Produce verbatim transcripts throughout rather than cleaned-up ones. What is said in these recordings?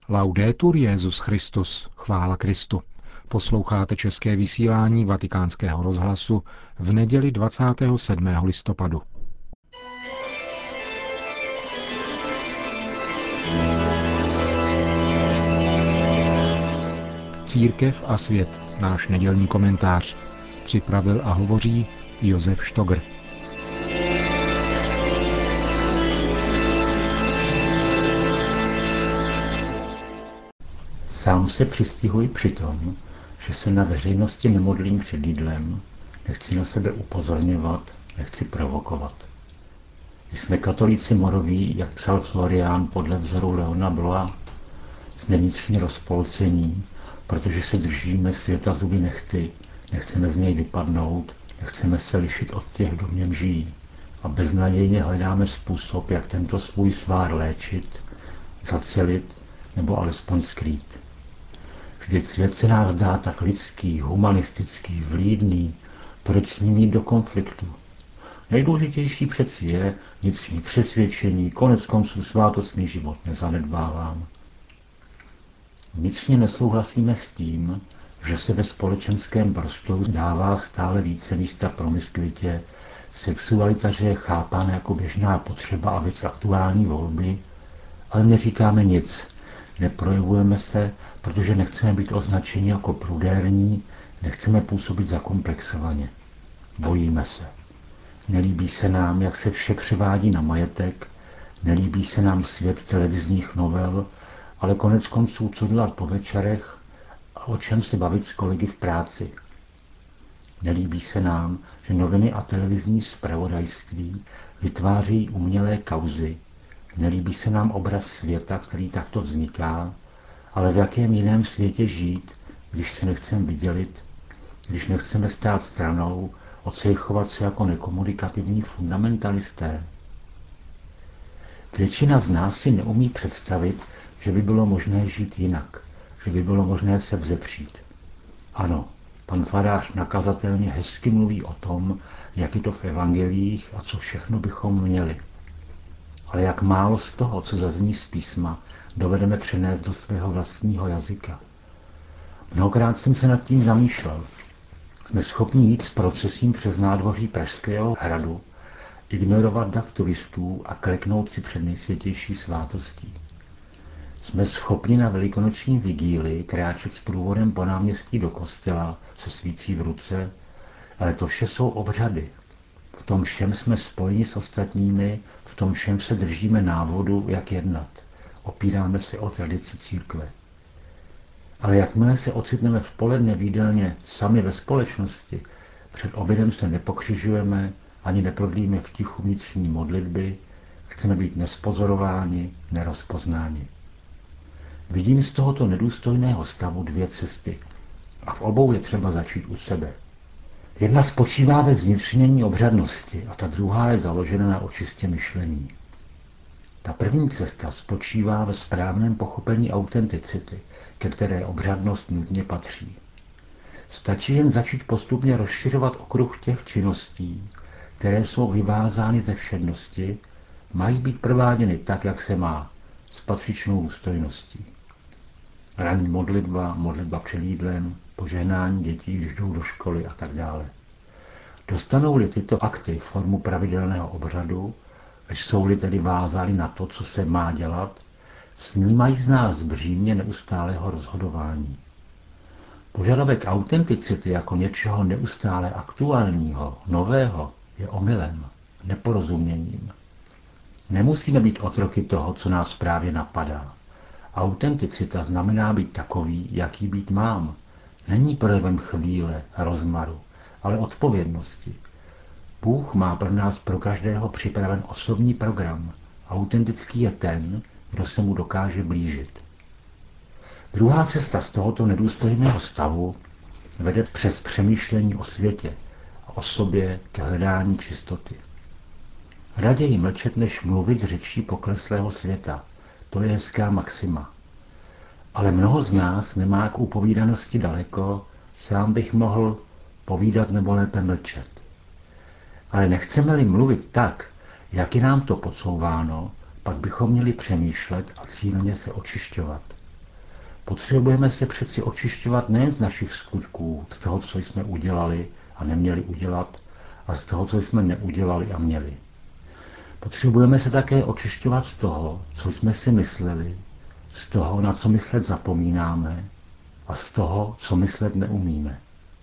Laudetur Jesus Christus, chvála Kristu. Posloucháte české vysílání Vatikánského rozhlasu v neděli dvacátého sedmého listopadu. Církev a svět, náš nedělní komentář. Připravil a hovoří Josef Štogr. Sám se přistihuji při tom, že se na veřejnosti nemodlím před jídlem, nechci na sebe upozorňovat, nechci provokovat. Jsme katolíci moroví, jak psal Florián podle vzoru Leona Bloa, jsme vnitřně rozpolcení, protože se držíme světa zuby nehty, nechceme z něj vypadnout, nechceme se lišit od těch, kdo v něm žijí. A beznadějně hledáme způsob, jak tento svůj svár léčit, zacelit nebo alespoň skrýt. Vždyť svět se nás zdá tak lidský, humanistický, vlídný, proč s ním jít do konfliktu? Nejdůležitější přeci je vnitřní přesvědčení, konec konců svátostný život nezanedbávám. Vnitřně nesouhlasíme s tím, že se ve společenském prostoru dává stále více místa promiskuitě, sexualita, že je chápána jako běžná potřeba a věc aktuální volby, ale neříkáme nic, neprojevujeme se, protože nechceme být označeni jako prudérní, nechceme působit zakomplexovaně. Bojíme se. Nelíbí se nám, jak se vše převádí na majetek, nelíbí se nám svět televizních novel, ale konec konců co dělat po večerech a o čem se bavit s kolegy v práci. Nelíbí se nám, že noviny a televizní zpravodajství vytváří umělé kauzy. Nelíbí se nám obraz světa, který takto vzniká, ale v jakém jiném světě žít, když se nechceme vydělit, když nechceme stát stranou, ocejchovat se jako nekomunikativní fundamentalisté. Většina z nás si neumí představit, že by bylo možné žít jinak, že by bylo možné se vzepřít. Ano, pan farář nakazatelně hezky mluví o tom, jak je to v evangelích a co všechno bychom měli. Ale jak málo z toho, co zazní z písma, dovedeme přenést do svého vlastního jazyka. Mnohokrát jsem se nad tím zamýšlel. Jsme schopni jít s procesím přes nádvoří Pražského hradu, ignorovat dav turistů a kleknout si před nejsvětější svátostí. Jsme schopni na velikonoční vigílii kráčet s průvodem po náměstí do kostela se svící v ruce, ale to vše jsou obřady. V tom všem jsme spojeni s ostatními, v tom všem se držíme návodu, jak jednat. Opíráme se o tradici církve. Ale jakmile se ocitneme v poledne v jídelně sami ve společnosti, před obědem se nepokřižujeme, ani neprodlíme v tichu vnitřní modlitby, chceme být nespozorováni, nerozpoznáni. Vidím z tohoto nedůstojného stavu dvě cesty. A v obou je třeba začít u sebe. Jedna spočívá ve zvnitřnění obřadnosti a ta druhá je založena na očistě myšlení. Ta první cesta spočívá ve správném pochopení autenticity, ke které obřadnost nutně patří. Stačí jen začít postupně rozšiřovat okruh těch činností, které jsou vyvázány ze všednosti, mají být prováděny tak, jak se má, s patřičnou důstojností. Ranní modlitba, modlitba před jídlem, požehnání dětí, když jdou do školy a tak dále. Dostanou-li tyto akty formu pravidelného obřadu, jsou-li tedy vázány na to, co se má dělat, snímají z nás břímě neustálého rozhodování. Požadavek autenticity jako něčeho neustále aktuálního, nového, je omylem, neporozuměním. Nemusíme být otroky toho, co nás právě napadá. Autenticita znamená být takový, jaký být mám. Není projevem chvíle, rozmaru, ale odpovědnosti. Bůh má pro nás pro každého připraven osobní program. Autentický je ten, kdo se mu dokáže blížit. Druhá cesta z tohoto nedůstojného stavu vede přes přemýšlení o světě a o sobě k hledání čistoty. Raději mlčet, než mluvit řečí pokleslého světa. To je hezká maxima. Ale mnoho z nás nemá k upovídanosti daleko, sám bych mohl povídat nebo lépe mlčet. Ale nechceme-li mluvit tak, jak je nám to podsouváno, pak bychom měli přemýšlet a cíleně se očišťovat. Potřebujeme se přeci očišťovat nejen z našich skutků, z toho, co jsme udělali a neměli udělat, a z toho, co jsme neudělali a měli. Potřebujeme se také očišťovat z toho, co jsme si mysleli, z toho, na co myslet zapomínáme a z toho, co myslet neumíme.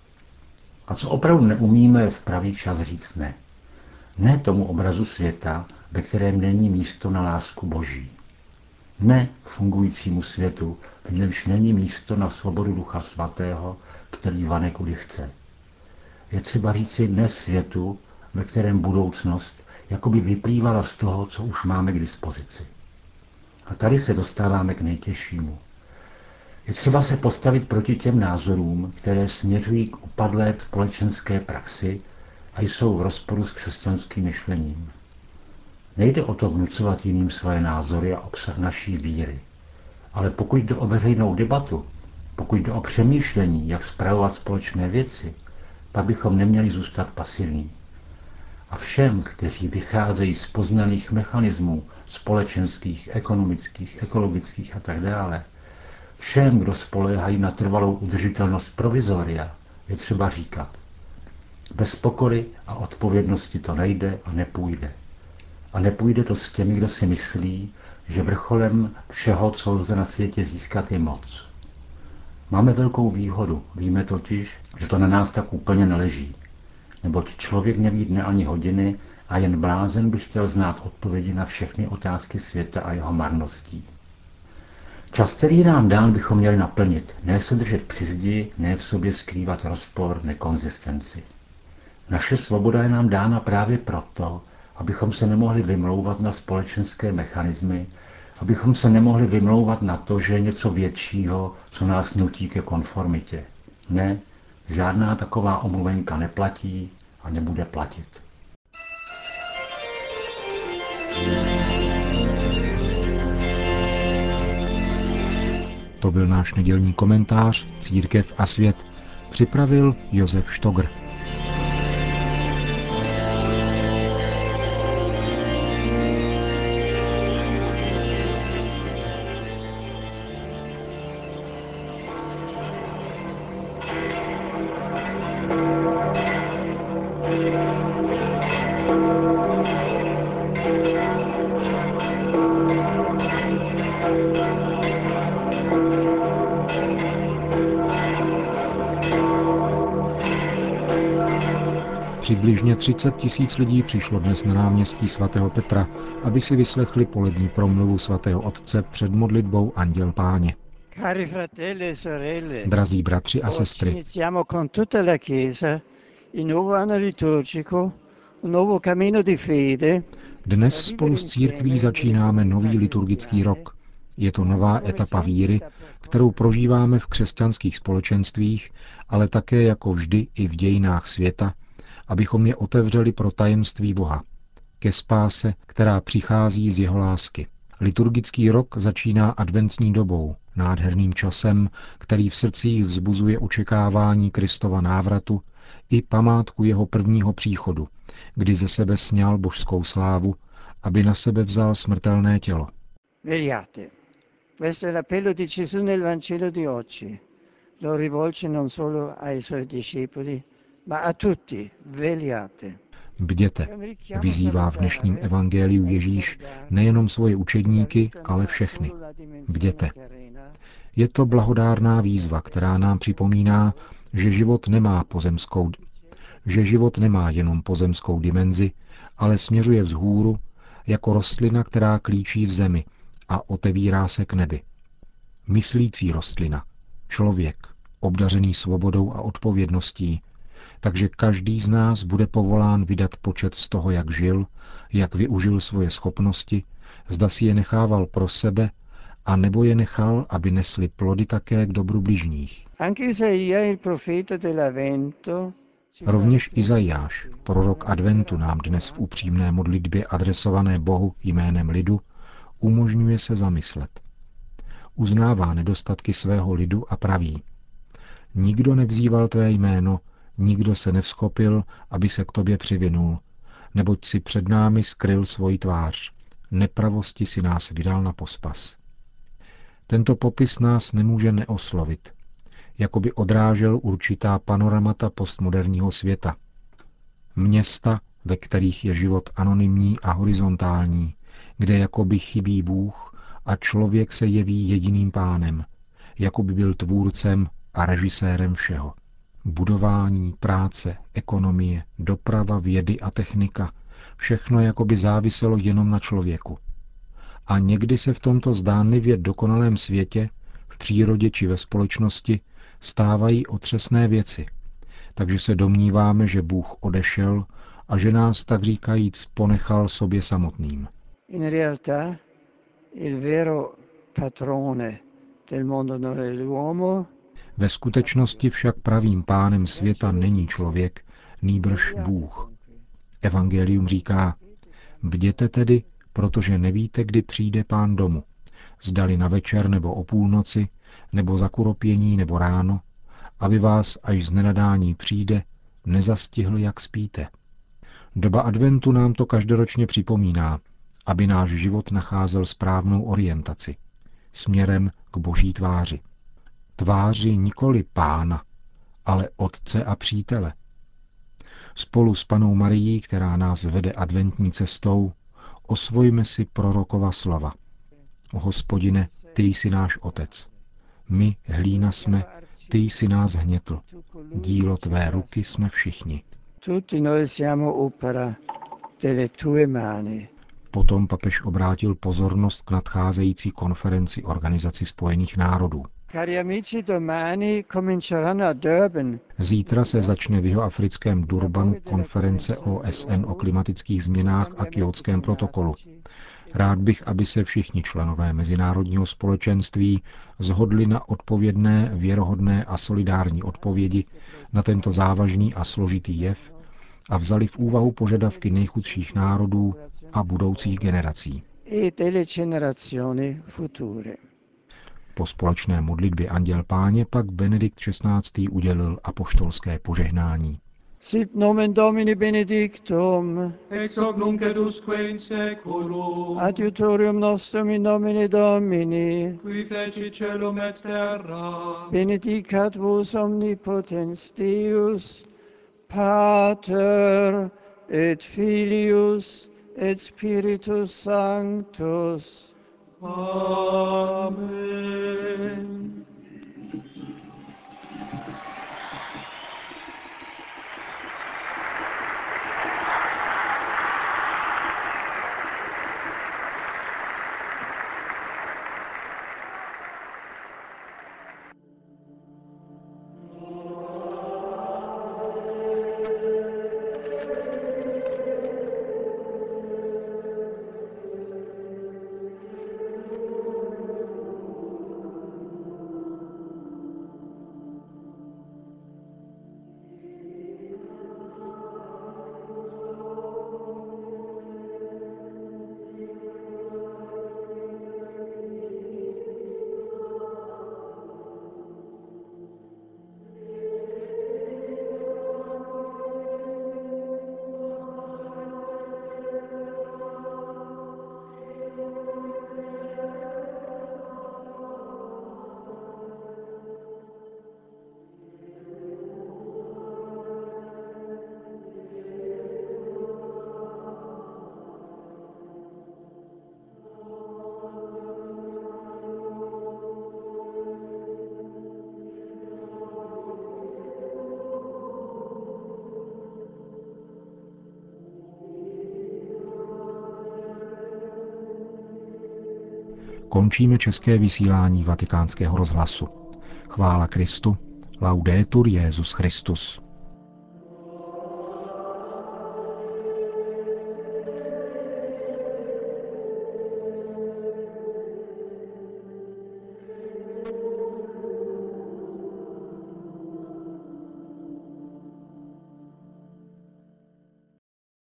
A co opravdu neumíme, v pravý čas říct ne. Ne tomu obrazu světa, ve kterém není místo na lásku Boží. Ne fungujícímu světu, v němž není místo na svobodu Ducha Svatého, který vane kudy chce. Je třeba říci ne světu, ve kterém budoucnost jakoby vyplývala z toho, co už máme k dispozici. A tady se dostáváme k nejtěžšímu. Je třeba se postavit proti těm názorům, které směřují k upadlé společenské praxi a jsou v rozporu s křesťanským myšlením. Nejde o to vnucovat jiným své názory a obsah naší víry. Ale pokud jde o veřejnou debatu, pokud jde o přemýšlení, jak spravovat společné věci, pak bychom neměli zůstat pasivní. A všem, kteří vycházejí z poznaných mechanismů společenských, ekonomických, ekologických a tak dále, všem, kdo spoléhají na trvalou udržitelnost provizoria, je třeba říkat: bez pokory a odpovědnosti to nejde a nepůjde. A nepůjde to s těmi, kdo si myslí, že vrcholem všeho, co lze na světě získat, je moc. Máme velkou výhodu, víme totiž, že to na nás tak úplně neleží. Neboť člověk neví dne ani hodiny a jen blázen by chtěl znát odpovědi na všechny otázky světa a jeho marností. Čas, který je nám dán, bychom měli naplnit, ne se držet při zdi, ne v sobě skrývat rozpor, nekonzistenci. Naše svoboda je nám dána právě proto, abychom se nemohli vymlouvat na společenské mechanismy, abychom se nemohli vymlouvat na to, že je něco většího, co nás nutí ke konformitě. Ne, žádná taková omluvenka neplatí a nebude platit. To byl náš nedělní komentář Církev a svět. Připravil Josef Štogr. Přibližně třicet tisíc lidí přišlo dnes na náměstí svatého Petra, aby si vyslechli polední promluvu svatého otce před modlitbou Anděl Páně. Drazí bratři a sestry, dnes spolu s církví začínáme nový liturgický rok. Je to nová etapa víry, kterou prožíváme v křesťanských společenstvích, ale také jako vždy i v dějinách světa, abychom je otevřeli pro tajemství Boha, ke spáse, která přichází z jeho lásky. Liturgický rok začíná adventní dobou, nádherným časem, který v srdcích vzbuzuje očekávání Kristova návratu i památku jeho prvního příchodu, kdy ze sebe sňal božskou slávu, aby na sebe vzal smrtelné tělo. Vegliate. Questo è l'appello di Gesù nel Vangelo di oggi. Lo rivolge non solo ai suoi discepoli, ma a tutti. Vegliate. Bděte, vyzývá v dnešním evangeliu Ježíš nejenom svoje učedníky, ale všechny. Bděte. Je to blahodárná výzva, která nám připomíná, že život nemá pozemskou, že život nemá jenom pozemskou dimenzi, ale směřuje vzhůru jako rostlina, která klíčí v zemi a otevírá se k nebi. Myslící rostlina, člověk, obdařený svobodou a odpovědností, takže každý z nás bude povolán vydat počet z toho, jak žil, jak využil svoje schopnosti, zda si je nechával pro sebe, a nebo je nechal, aby nesli plody také k dobru bližních. Rovněž Izajáš, prorok adventu, nám dnes v upřímné modlitbě adresované Bohu jménem lidu, umožňuje se zamyslet. Uznává nedostatky svého lidu a praví: nikdo nevzýval tvé jméno, nikdo se nevzchopil, aby se k tobě přivinul, neboť si před námi skryl svoji tvář, nepravosti si nás vydal na pospas. Tento popis nás nemůže neoslovit, jako by odrážel určitá panoramata postmoderního světa. Města, ve kterých je život anonymní a horizontální, kde jakoby chybí Bůh a člověk se jeví jediným pánem, jako by byl tvůrcem a režisérem všeho. Budování, práce, ekonomie, doprava, vědy a technika, všechno jakoby záviselo jenom na člověku. A někdy se v tomto zdánlivě dokonalém světě, v přírodě či ve společnosti, stávají otřesné věci, takže se domníváme, že Bůh odešel a že nás, tak říkajíc, ponechal sobě samotným. In realtà il vero patrone del mondo non è l'uomo. Ve skutečnosti však pravým pánem světa není člověk, nýbrž Bůh. Evangelium říká, bděte tedy, protože nevíte, kdy přijde Pán domu, zdali na večer nebo o půlnoci, nebo za kuropění nebo ráno, aby vás, až z nenadání přijde, nezastihl, jak spíte. Doba adventu nám to každoročně připomíná, aby náš život nacházel správnou orientaci, směrem k Boží tváři. Tváři nikoli Pána, ale Otce a přítele. Spolu s Pannou Marií, která nás vede adventní cestou, osvojme si prorokova slova. O Hospodine, ty jsi náš Otec. My, hlína jsme, ty jsi nás hnětl. Dílo tvé ruky jsme všichni. Potom papež obrátil pozornost k nadcházející konferenci Organizaci spojených národů. Zítra se začne v jihoafrickém Durbanu konference O S N o klimatických změnách a Kjótském protokolu. Rád bych, aby se všichni členové mezinárodního společenství shodli na odpovědné, věrohodné a solidární odpovědi na tento závažný a složitý jev a vzali v úvahu požadavky nejchudších národů a budoucích generací. Po společné modlitbě Anděl Páně pak Benedikt šestnáctý udělil apoštolské požehnání. Sit nomen Domini benedictum, ex hoc nunc et usque in seculum, adiutorium nostrum in nomine Domini, qui fecit caelum et terra, benedicat vos omnipotens Deus, Pater et Filius et Spiritus Sanctus. Amen. Končíme české vysílání Vatikánského rozhlasu. Chvála Kristu, laudetur Jesus Christus.